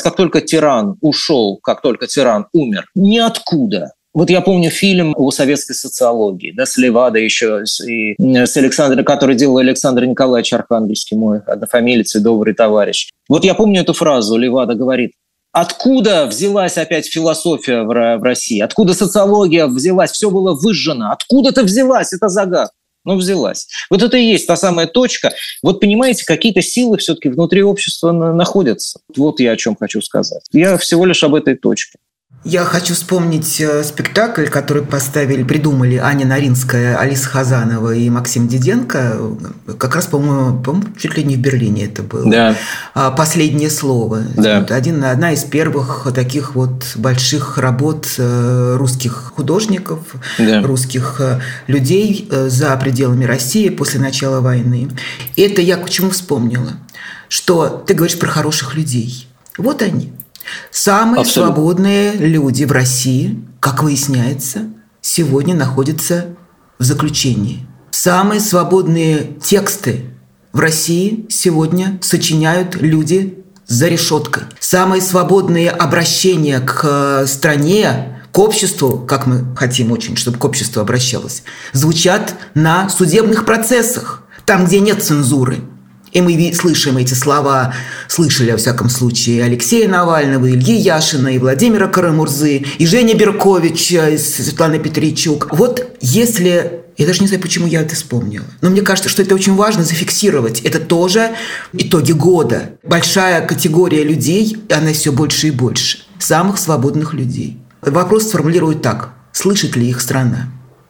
тиран ушел, как только тиран умер, ниоткуда. Вот я помню фильм о советской социологии, да, с Левадой еще, и с Александром, который делал Александр Николаевич Архангельский, мой однофамилец и добрый товарищ. Вот я помню эту фразу, Левада говорит: откуда взялась опять философия в России? Откуда социология взялась? Все было выжжено. Откуда-то взялась, это загадка. Взялась. Вот это и есть та самая точка. Вот понимаете, какие-то силы все-таки внутри общества находятся. Вот я о чем хочу сказать. Я всего лишь об этой точке. Я хочу вспомнить спектакль, который придумали Аня Наринская, Алиса Хазанова и Максим Диденко. Как раз, по-моему, чуть ли не в Берлине это было. Да. «Последнее слово». Да. Одна из первых таких вот больших работ русских художников, да, русских людей за пределами России после начала войны. И это я почему вспомнила, что ты говоришь про хороших людей. Вот они. Самые Абсолютно. Свободные люди в России, как выясняется, сегодня находятся в заключении. Самые свободные тексты в России сегодня сочиняют люди за решеткой. Самые свободные обращения к стране, к обществу, как мы хотим очень, чтобы к обществу обращалось, звучат на судебных процессах, там, где нет цензуры. И мы слышим эти слова, слышали, во всяком случае, и Алексея Навального, и Ильи Яшина, и Владимира Карамурзы, и Жени Берковича, и Светланы Петричук. Вот если... Я даже не знаю, почему я это вспомнила. Но мне кажется, что это очень важно зафиксировать. Это тоже итоги года. Большая категория людей, и она все больше и больше. Самых свободных людей. Вопрос сформулируют так. Слышит ли их страна?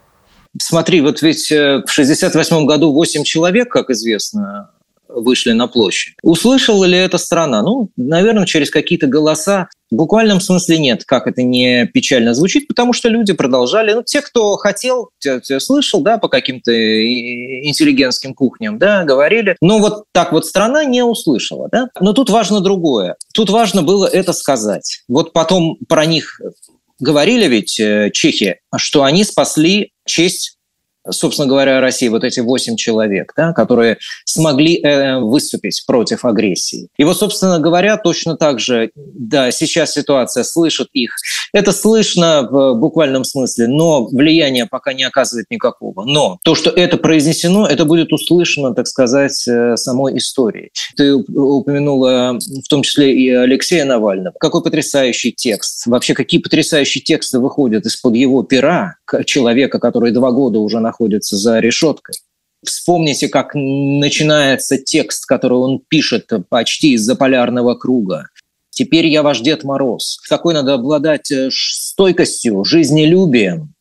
Смотри, вот ведь в 1968 году 8 человек, как известно, вышли на площадь. Услышала ли эта страна? Наверное, через какие-то голоса. В буквальном смысле нет, как это не печально звучит, потому что люди продолжали. Те, кто хотел, те слышал, да, по каким-то интеллигентским кухням, да, говорили. Но вот так вот страна не услышала, да. Но тут важно другое. Тут важно было это сказать. Вот потом про них говорили ведь чехи, что они спасли честь, собственно говоря, России, вот эти 8 человек, да, которые смогли выступить против агрессии. И вот, собственно говоря, точно так же, да, сейчас ситуация слышит их. Это слышно в буквальном смысле, но влияния пока не оказывает никакого. Но то, что это произнесено, это будет услышано, так сказать, самой историей. Ты упомянула в том числе и Алексея Навального. Какой потрясающий текст. Вообще, какие потрясающие тексты выходят из-под его пера человека, который 2 года уже находится за решеткой. Вспомните, как начинается текст, который он пишет почти из-за полярного круга. «Теперь я ваш Дед Мороз». Какой надо обладать стойкостью, жизнелюбием,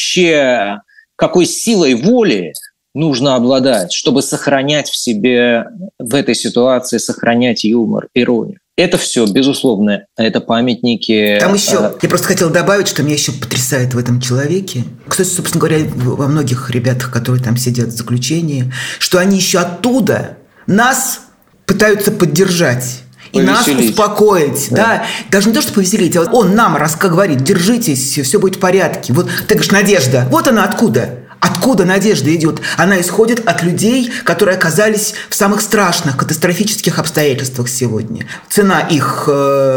вообще какой силой воли нужно обладать, чтобы сохранять в себе в этой ситуации, сохранять юмор, иронию. Это все, безусловно, это памятники. Там еще, я просто хотела добавить, что меня еще потрясает в этом человеке. Кстати, собственно говоря, во многих ребятах, которые там сидят в заключении, что они еще оттуда нас пытаются поддержать. И нас успокоить, да. Даже не то, что повеселить, а он нам говорит: держитесь, все будет в порядке. Вот ты говоришь, надежда, вот она откуда. Откуда надежда идет? Она исходит от людей, которые оказались в самых страшных, катастрофических обстоятельствах сегодня. Цена их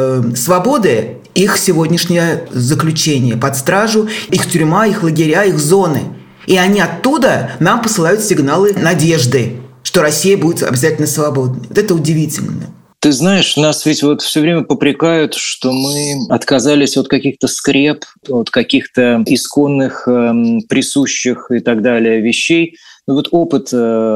свободы – их сегодняшнее заключение под стражу, их тюрьма, их лагеря, их зоны. И они оттуда нам посылают сигналы надежды, что Россия будет обязательно свободной. Вот это удивительно. Ты знаешь, нас ведь вот все время попрекают, что мы отказались от каких-то скреп, от каких-то исконных, присущих и так далее вещей. Но вот опыт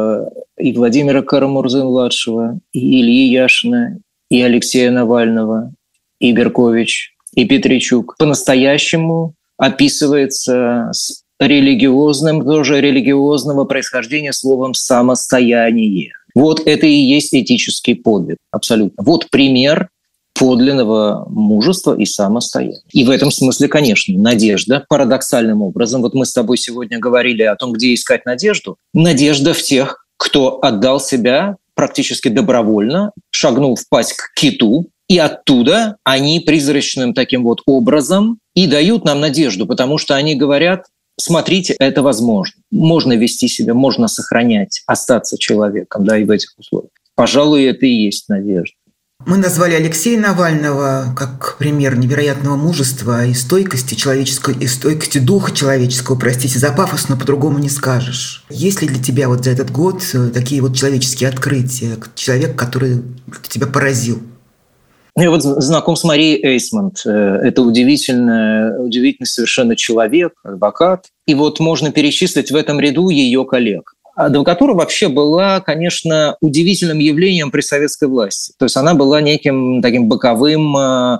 и Владимира Карамурзы-младшего, и Ильи Яшина, и Алексея Навального, и Беркович, и Петричук по-настоящему описывается с религиозным, тоже религиозного происхождения словом «самостояние». Вот это и есть этический подвиг, абсолютно. Вот пример подлинного мужества и самостояния. И в этом смысле, конечно, надежда парадоксальным образом. Вот мы с тобой сегодня говорили о том, где искать надежду. Надежда в тех, кто отдал себя практически добровольно, шагнул в пасть к киту, и оттуда они призрачным таким вот образом и дают нам надежду, потому что они говорят: смотрите, это возможно. Можно вести себя, можно сохранять, остаться человеком, да, и в этих условиях. Пожалуй, это и есть надежда. Мы назвали Алексея Навального как пример невероятного мужества и стойкости человеческой, и стойкости духа человеческого, простите за пафос, но по-другому не скажешь. Есть ли для тебя вот за этот год такие вот человеческие открытия? Человек, который тебя поразил? Я вот знаком с Марией Эйсмонт. Это удивительный совершенно человек, адвокат. И вот можно перечислить в этом ряду ее коллег. Адвокатура вообще была, конечно, удивительным явлением при советской власти. То есть она была неким таким боковым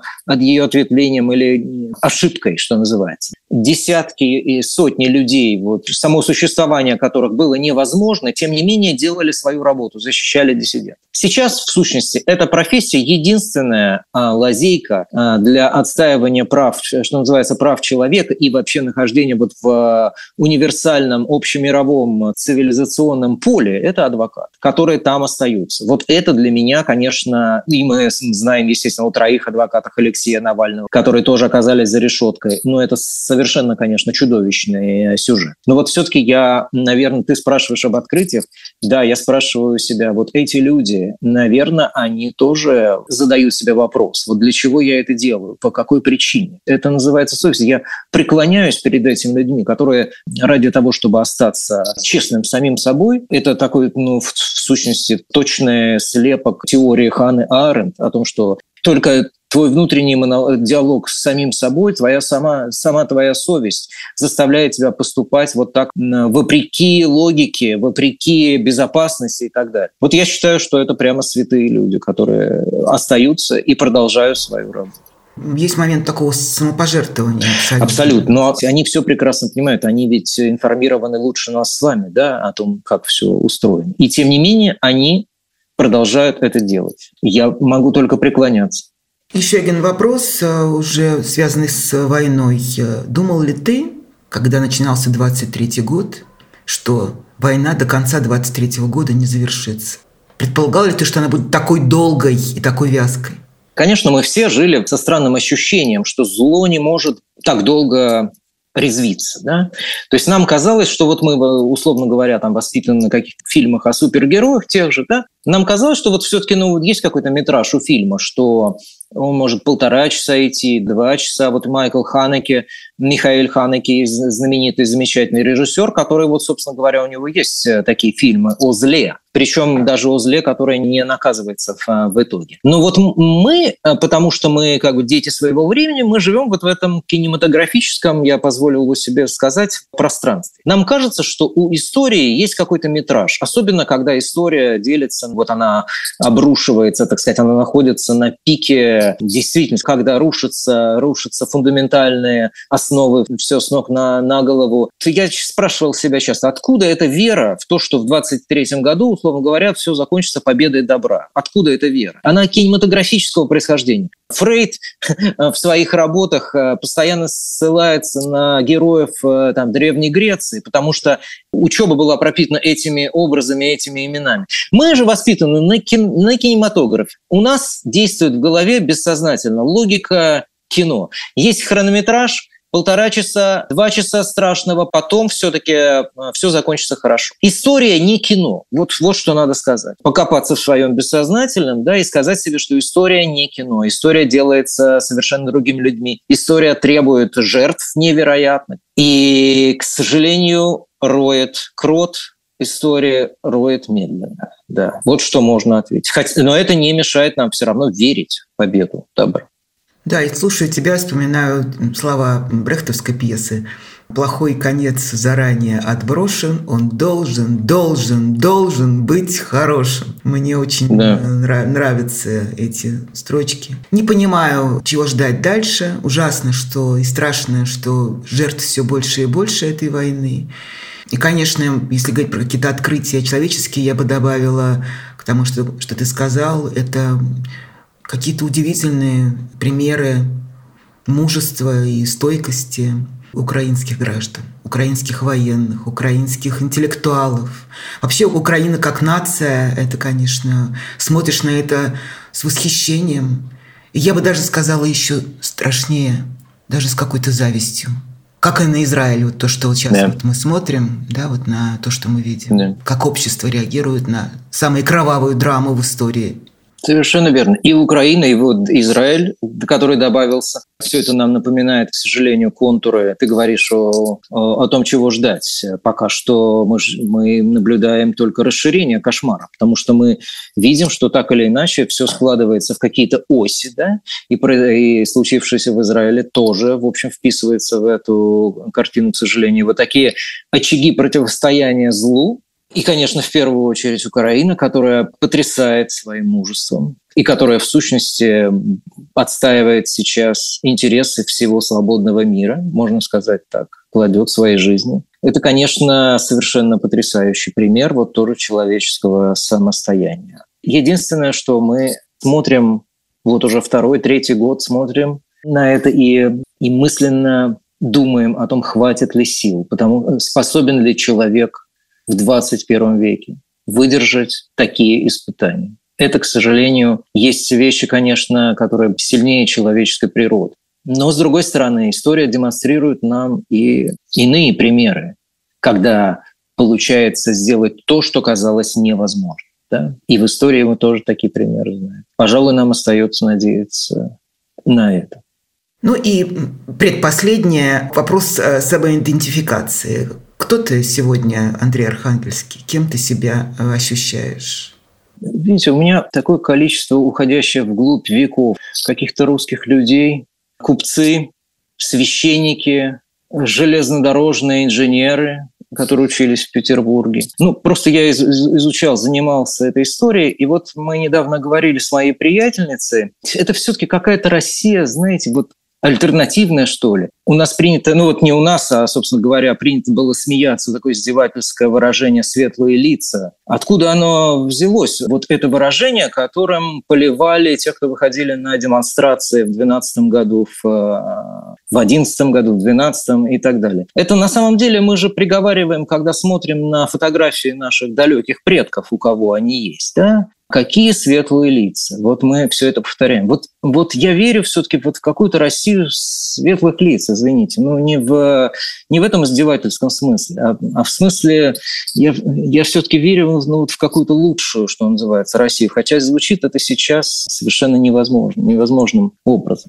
ее ответвлением или ошибкой, что называется. Десятки и сотни людей, само существование которых было невозможно, тем не менее делали свою работу, защищали диссидентов. Сейчас, в сущности, эта профессия единственная лазейка для отстаивания прав, что называется, прав человека и вообще нахождения в универсальном общемировом цивилизационном поле – это адвокат, которые там остаются. Это для меня, конечно, и мы знаем, естественно, о 3 адвокатах Алексея Навального, которые тоже оказались за решеткой, но это совершенно, конечно, чудовищный сюжет. Но все-таки наверное, ты спрашиваешь об открытиях, да, я спрашиваю себя, эти люди, наверное, они тоже задают себе вопрос, для чего я это делаю, по какой причине. Это называется совесть. Я преклоняюсь перед этими людьми, которые ради того, чтобы остаться честным самим собой, это такой, в сущности, точный слепок теории Ханны Аренд о том, что только твой внутренний диалог с самим собой, сама твоя совесть заставляет тебя поступать так, вопреки логике, вопреки безопасности и так далее. Я считаю, что это прямо святые люди, которые остаются и продолжают свою работу. Есть момент такого самопожертвования. Абсолютно. Но они все прекрасно понимают. Они ведь информированы лучше нас с вами, да, о том, как все устроено. И тем не менее, они продолжают это делать. Я могу только преклоняться. Еще один вопрос, уже связанный с войной. Думал ли ты, когда начинался 23-й год, что война до конца 23-го года не завершится? Предполагал ли ты, что она будет такой долгой и такой вязкой? Конечно, мы все жили со странным ощущением, что зло не может так долго резвиться. Да? То есть нам казалось, что мы, условно говоря, воспитаны на каких-то фильмах о супергероях тех же, да? Нам казалось, что все-таки есть какой-то метраж у фильма, что он может 1,5 часа идти, 2 часа. Майкл Ханеке, Михаэль Ханеке, знаменитый, замечательный режиссер, который, собственно говоря, у него есть такие фильмы о зле. Причем даже о зле, которое не наказывается в итоге. Но мы, потому что мы дети своего времени, мы живем в этом кинематографическом, я позволил себе сказать, пространстве. Нам кажется, что у истории есть какой-то метраж. Особенно, когда история делится, она обрушивается, так сказать, она находится на пике действительности, когда рушатся фундаментальные основы, все с ног на голову. Я спрашивал себя часто, откуда эта вера в то, что в 23-м году, условно говоря, все закончится победой добра? Откуда эта вера? Она кинематографического происхождения. Фрейд в своих работах постоянно ссылается на героев Древней Греции, потому что учеба была пропитана этими образами, этими именами. Мы же воспитаны на кинематографе. У нас действует в голове бессознательно логика кино. Есть хронометраж, 1,5 часа, 2 часа страшного, потом все-таки все закончится хорошо. История не кино. Вот что надо сказать. Покопаться в своем бессознательном, да, и сказать себе, что история не кино. История делается совершенно другими людьми. История требует жертв невероятных. И, к сожалению, роет крот. История роет медленно. Да. Вот что можно ответить. Но это не мешает нам все равно верить в победу добра. Да, и слушая тебя, вспоминаю слова брехтовской пьесы. «Плохой конец заранее отброшен, он должен быть хорошим». Мне очень нравятся эти строчки. Не понимаю, чего ждать дальше. Ужасно, что и страшно, что жертв все больше и больше этой войны. И, конечно, если говорить про какие-то открытия человеческие, я бы добавила к тому, что ты сказал, это какие-то удивительные примеры мужества и стойкости украинских граждан, украинских военных, украинских интеллектуалов. Вообще Украина как нация, это, конечно, смотришь на это с восхищением. И я бы даже сказала еще страшнее, даже с какой-то завистью. Как и на Израиль, то, что сейчас мы смотрим, на то, что мы видим. Как общество реагирует на самую кровавую драму в истории. Совершенно верно. И Украина, и Израиль, который добавился. Все это нам напоминает, к сожалению, контуры. Ты говоришь о том, чего ждать. Пока что мы наблюдаем только расширение кошмара, потому что мы видим, что так или иначе все складывается в какие-то оси, да? И случившееся в Израиле тоже, в общем, вписывается в эту картину, к сожалению. Вот такие очаги противостояния злу, И, конечно, в первую очередь Украина, которая потрясает своим мужеством и которая, в сущности, отстаивает сейчас интересы всего свободного мира, можно сказать так, кладет свои жизни. Это, конечно, совершенно потрясающий пример вот тоже человеческого самостояния. Единственное, что мы смотрим, вот уже второй, третий год смотрим на это и мысленно думаем о том, хватит ли сил, способен ли человек в 21 веке выдержать такие испытания. Это, к сожалению, есть вещи, конечно, которые сильнее человеческой природы. Но, с другой стороны, история демонстрирует нам и иные примеры, когда получается сделать то, что казалось невозможным. Да? И в истории мы тоже такие примеры знаем. Пожалуй, нам остается надеяться на это. Ну и предпоследнее вопрос самоидентификации. Кто ты сегодня, Андрей Архангельский? Кем ты себя ощущаешь? Видите, у меня такое количество уходящее вглубь веков каких-то русских людей, купцы, священники, железнодорожные инженеры, которые учились в Петербурге. Просто я изучал, занимался этой историей, и вот мы недавно говорили с моей приятельницей, это все-таки какая-то Россия, знаете, вот альтернативная, что ли. У нас принято, не у нас, а, собственно говоря, принято было смеяться, такое издевательское выражение «светлые лица». Откуда оно взялось? Вот это выражение, которым поливали тех, кто выходили на демонстрации в 2012 году, в 2011 году, в 2012 и так далее. Это на самом деле мы же приговариваем, когда смотрим на фотографии наших далеких предков, у кого они есть, да? Какие светлые лица. Вот мы все это повторяем. Вот я верю все-таки в какую-то Россию светлых лиц, извините. Не в этом издевательском смысле, а в смысле я все-таки верю в какую-то лучшую, что называется, Россию. Хотя звучит это сейчас совершенно невозможным образом.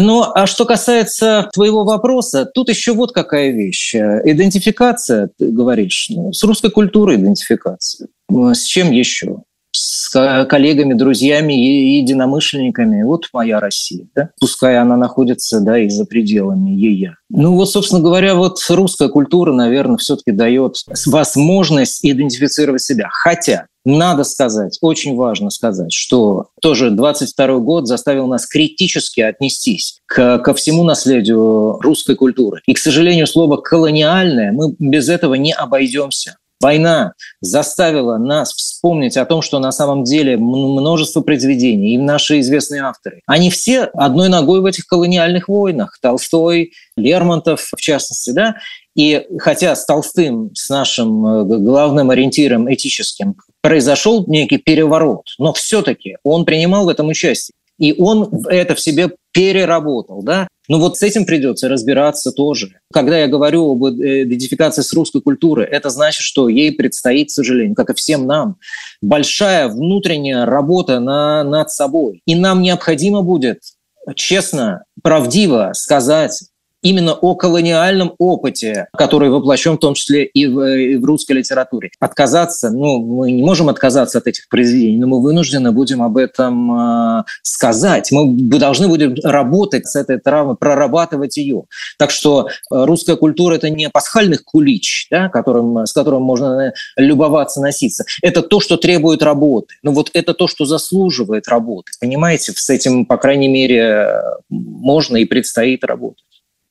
А что касается твоего вопроса, тут еще вот какая вещь. Идентификация, ты говоришь, с русской культурой идентификация. С чем еще? С коллегами, друзьями и единомышленниками. Вот моя Россия. Да? Пускай она находится, да, и за пределами ее. Собственно говоря, русская культура, наверное, все-таки дает возможность идентифицировать себя. Хотя, надо сказать, очень важно сказать, что тоже 22 год заставил нас критически отнестись ко всему наследию русской культуры. И, к сожалению, слово «колониальное» мы без этого не обойдемся. Война заставила нас вспомнить о том, что на самом деле множество произведений, и наши известные авторы, они все одной ногой в этих колониальных войнах. Толстой, Лермонтов, в частности, да. И хотя с Толстым, с нашим главным ориентиром этическим, произошел некий переворот, но все-таки он принимал в этом участие. И он это в себе переработал, да. С этим придется разбираться тоже. Когда я говорю об идентификации с русской культурой, это значит, что ей предстоит, к сожалению, как и всем нам, большая внутренняя работа над собой. И нам необходимо будет честно, правдиво сказать именно о колониальном опыте, который воплощен в том числе и в русской литературе. Отказаться, мы не можем отказаться от этих произведений, но мы вынуждены будем об этом сказать. Мы должны будем работать с этой травмой, прорабатывать ее. Так что русская культура – это не пасхальный кулич, да, с которым можно любоваться, носиться. Это то, что требует работы. Это то, что заслуживает работы. Понимаете, с этим, по крайней мере, можно и предстоит работать.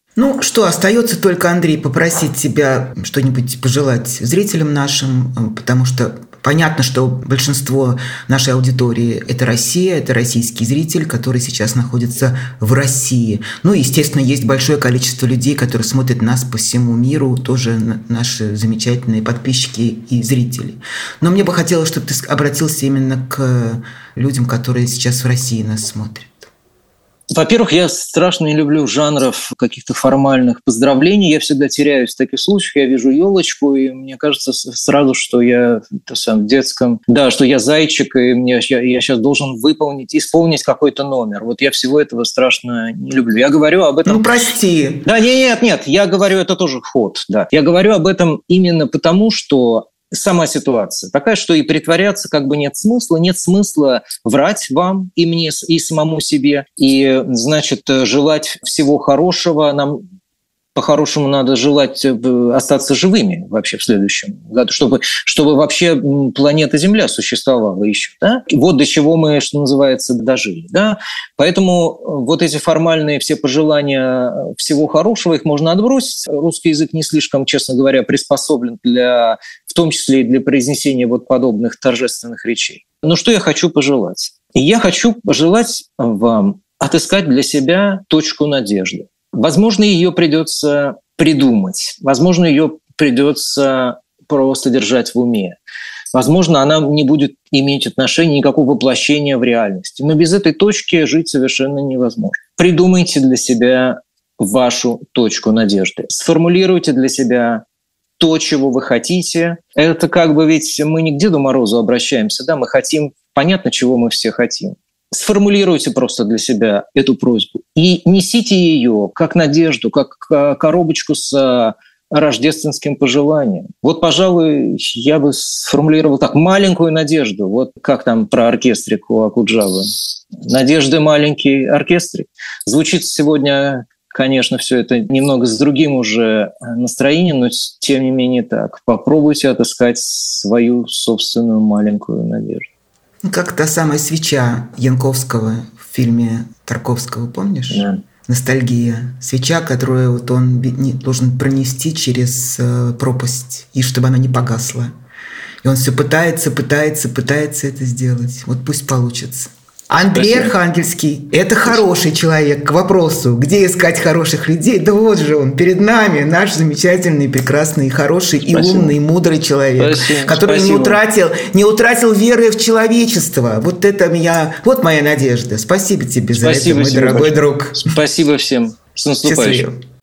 Остается только, Андрей, попросить тебя что-нибудь пожелать зрителям нашим, потому что понятно, что большинство нашей аудитории – это Россия, это российский зритель, который сейчас находится в России. Естественно, есть большое количество людей, которые смотрят нас по всему миру, тоже наши замечательные подписчики и зрители. Но мне бы хотелось, чтобы ты обратился именно к людям, которые сейчас в России нас смотрят. Во-первых, я страшно не люблю жанров каких-то формальных поздравлений. Я всегда теряюсь в таких случаях. Я вижу елочку, и мне кажется сразу, что я в детском... Да, что я зайчик, и я сейчас должен исполнить какой-то номер. Я всего этого страшно не люблю. Я говорю об этом... Прости. Да, нет, я говорю, это тоже ход. Да. Я говорю об этом именно потому, что сама ситуация такая, что и притворяться нет смысла врать вам и мне, и самому себе, и, желать всего хорошего нам по-хорошему надо желать остаться живыми вообще в следующем году, чтобы вообще планета Земля существовала еще. Да? Вот до чего мы, что называется, дожили. Да? Поэтому вот эти формальные все пожелания всего хорошего, их можно отбросить. Русский язык не слишком, честно говоря, приспособлен в том числе и для произнесения вот подобных торжественных речей. Но что я хочу пожелать? Я хочу пожелать вам отыскать для себя точку надежды. Возможно, ее придется придумать, возможно, ее придется просто держать в уме. Возможно, она не будет иметь отношения, никакого воплощения в реальности. Но без этой точки жить совершенно невозможно. Придумайте для себя вашу точку надежды. Сформулируйте для себя то, чего вы хотите. Это как бы ведь мы не к Деду Морозу обращаемся, да, мы хотим, понятно, чего мы все хотим. Сформулируйте просто для себя эту просьбу и несите ее как надежду, как коробочку с рождественским пожеланием. Вот, пожалуй, я бы сформулировал так: маленькую надежду. Вот как там про оркестрик у Окуджавы. Надежды маленький оркестрик. Звучит сегодня, конечно, все это немного с другим уже настроением, но тем не менее так. Попробуйте отыскать свою собственную маленькую надежду. Как та самая свеча Янковского в фильме Тарковского, помнишь? Да. Ностальгия. Свеча, которую вот он должен пронести через пропасть, и чтобы она не погасла. И он все пытается это сделать. Вот пусть получится. Андрей Архангельский – это хороший человек. К вопросу, где искать хороших людей? Да вот же он, перед нами, наш замечательный, прекрасный, хороший и умный, и мудрый человек, который не утратил веры в человечество. Вот это вот моя надежда. Спасибо тебе за это, мой дорогой друг. Спасибо всем. С наступающим. Счастливо.